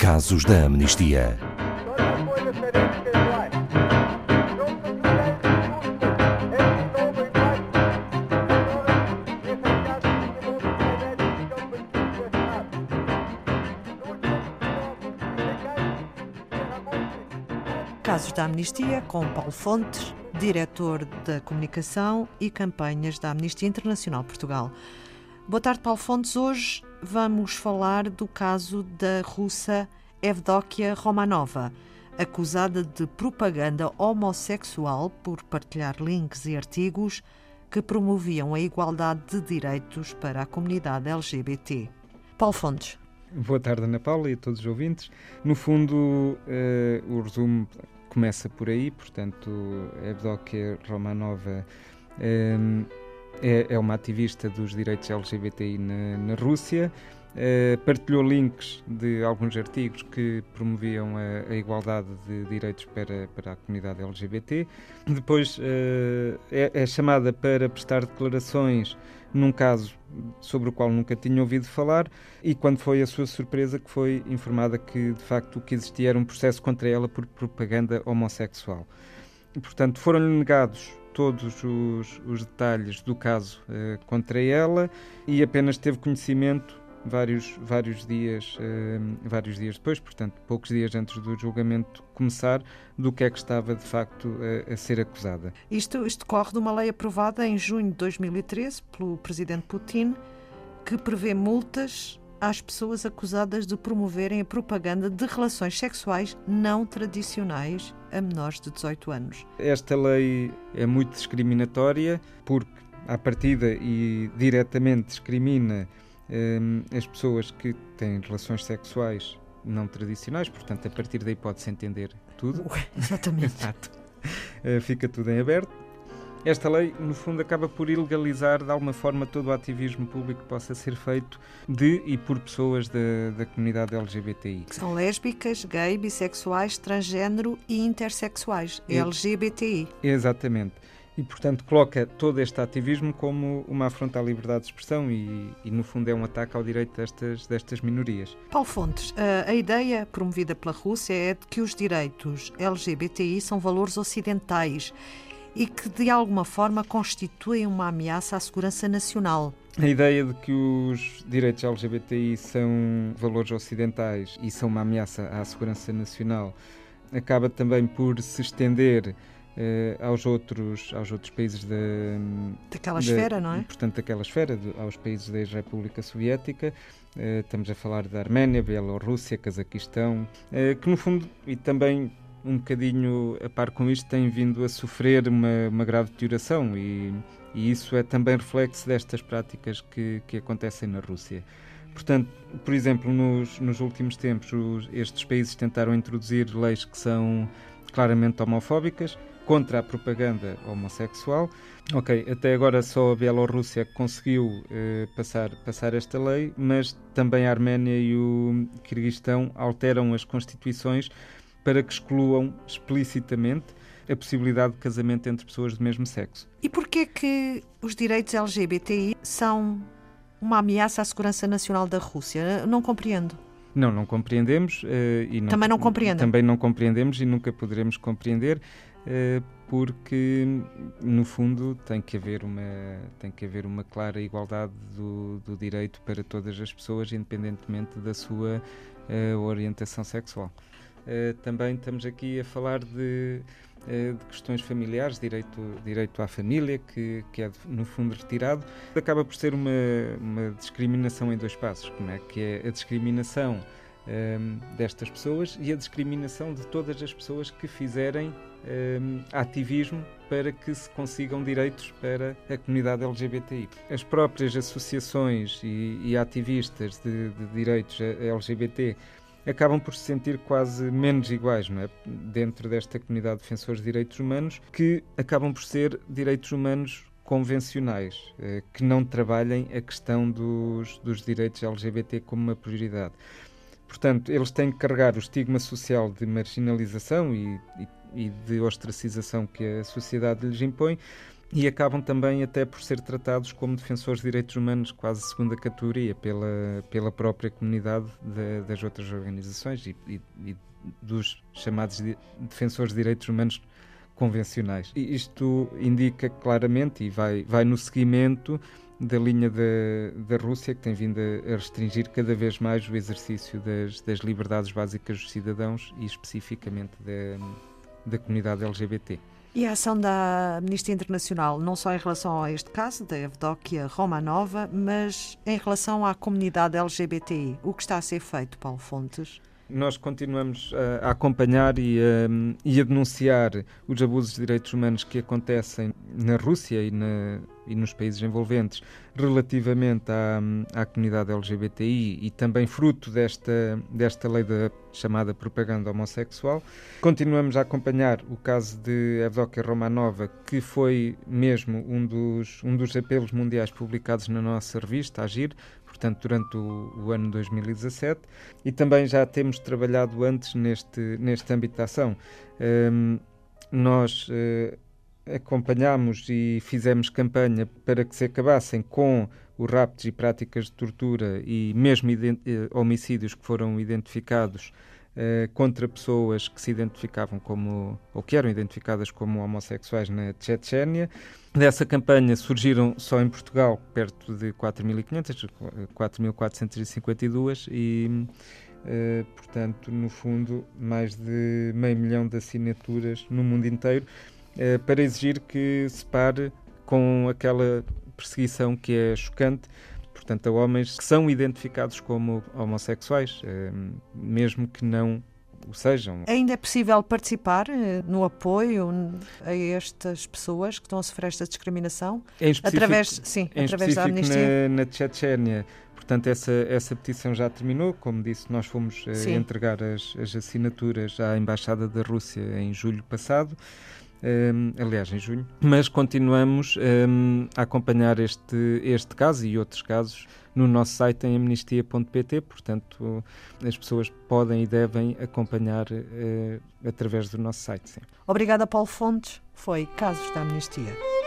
Casos da Amnistia. Casos da Amnistia, com Paulo Fontes, diretor da Comunicação e Campanhas da Amnistia Internacional Portugal. Boa tarde, Paulo Fontes. Hoje vamos falar do caso da russa Evdokia Romanova, acusada de propaganda homossexual por partilhar links e artigos que promoviam a igualdade de direitos para a comunidade LGBT. Paulo Fontes. Boa tarde, Ana Paula, e a todos os ouvintes. No fundo, o resumo começa por aí, portanto, Evdokia Romanova é uma ativista dos direitos LGBTI na Rússia, partilhou links de alguns artigos que promoviam a igualdade de direitos para a comunidade LGBT. Depois é chamada para prestar declarações num caso sobre o qual nunca tinha ouvido falar, e quando foi a sua surpresa que foi informada que, de facto, o que existia era um processo contra ela por propaganda homossexual. E, portanto, foram-lhe negados todos os detalhes do caso contra ela, e apenas teve conhecimento vários dias depois, portanto, poucos dias antes do julgamento começar, do que é que estava, de facto, a ser acusada. Isto decorre de uma lei aprovada em junho de 2013 pelo presidente Putin, que prevê multas às pessoas acusadas de promoverem a propaganda de relações sexuais não tradicionais a menores de 18 anos. Esta lei é muito discriminatória porque, à partida e diretamente, discrimina as pessoas que têm relações sexuais não tradicionais, portanto, a partir daí pode-se entender tudo. Exatamente. Fica tudo em aberto. Esta lei, no fundo, acaba por ilegalizar, de alguma forma, todo o ativismo público que possa ser feito de e por pessoas da comunidade LGBTI. Que são lésbicas, gay, bissexuais, transgénero e intersexuais, LGBTI. Exatamente. E, portanto, coloca todo este ativismo como uma afronta à liberdade de expressão e no fundo, é um ataque ao direito destas minorias. Paulo Fontes, a ideia promovida pela Rússia é de que os direitos LGBTI são valores ocidentais e que, de alguma forma, constituem uma ameaça à segurança nacional. A ideia de que os direitos LGBTI são valores ocidentais e são uma ameaça à segurança nacional acaba também por se estender aos outros países daquela esfera, não é? Portanto, daquela esfera, aos países da ex-República Soviética. Estamos a falar da Arménia, Bielorrússia, Cazaquistão, que no fundo, e também um bocadinho a par com isto, têm vindo a sofrer uma grave deterioração e isso é também reflexo destas práticas que acontecem na Rússia. Portanto, por exemplo, nos últimos tempos, estes países tentaram introduzir leis que são claramente homofóbicas, contra a propaganda homossexual. Até agora só a Bielorrússia conseguiu passar esta lei, mas também a Arménia e o Quirguistão alteram as constituições para que excluam explicitamente a possibilidade de casamento entre pessoas do mesmo sexo. E porquê é que os direitos LGBTI são uma ameaça à segurança nacional da Rússia? Não compreendo. Não compreendemos. Também não compreendem? Também não compreendemos e nunca poderemos compreender, porque, no fundo, tem que haver uma clara igualdade do direito para todas as pessoas, independentemente da sua orientação sexual. Também estamos aqui a falar de questões familiares, direito à família, que é, no fundo, retirado. Acaba por ser uma discriminação em dois passos, que é a discriminação destas pessoas e a discriminação de todas as pessoas que fizerem ativismo para que se consigam direitos para a comunidade LGBTI. As próprias associações e ativistas de direitos LGBT acabam por se sentir quase menos iguais, não é? Dentro desta comunidade de defensores de direitos humanos, que acabam por ser direitos humanos convencionais, que não trabalhem a questão dos direitos LGBT como uma prioridade. Portanto, eles têm que carregar o estigma social de marginalização e de ostracização que a sociedade lhes impõe, e acabam também até por ser tratados como defensores de direitos humanos quase segunda categoria pela própria comunidade das outras organizações e dos chamados defensores de direitos humanos convencionais. E isto indica claramente e vai no seguimento da linha da Rússia, que tem vindo a restringir cada vez mais o exercício das liberdades básicas dos cidadãos e especificamente da comunidade LGBT. E a ação da Amnistia Internacional, não só em relação a este caso, da Evdókia Romanova, mas em relação à comunidade LGBTI, o que está a ser feito, Paulo Fontes? Nós continuamos a acompanhar e a denunciar os abusos de direitos humanos que acontecem na Rússia e nos países envolventes relativamente à comunidade LGBTI e também fruto desta lei da chamada propaganda homossexual. Continuamos a acompanhar o caso de Evdókia Romanova, que foi mesmo um dos apelos mundiais publicados na nossa revista, Agir, portanto, durante o ano 2017, e também já temos trabalhado antes neste âmbito de ação. Nós acompanhámos e fizemos campanha para que se acabassem com os raptos e práticas de tortura e mesmo homicídios que foram identificados contra pessoas que se identificavam ou que eram identificadas como homossexuais na Chechênia. Dessa campanha surgiram só em Portugal perto de 4.500, 4.452 e, portanto, no fundo, mais de 500 mil de assinaturas no mundo inteiro para exigir que se pare com aquela perseguição que é chocante, portanto, a homens que são identificados como homossexuais, mesmo que não o sejam. Ainda é possível participar no apoio a estas pessoas que estão a sofrer esta discriminação? Através da Amnistia? Na Chechênia, portanto, essa petição já terminou. Como disse, nós fomos entregar as assinaturas à Embaixada da Rússia em julho passado. Aliás, em junho, mas continuamos a acompanhar este caso e outros casos no nosso site em amnistia.pt, portanto as pessoas podem e devem acompanhar através do nosso site. Sim. Obrigada, Paulo Fontes. Foi Casos da Amnistia.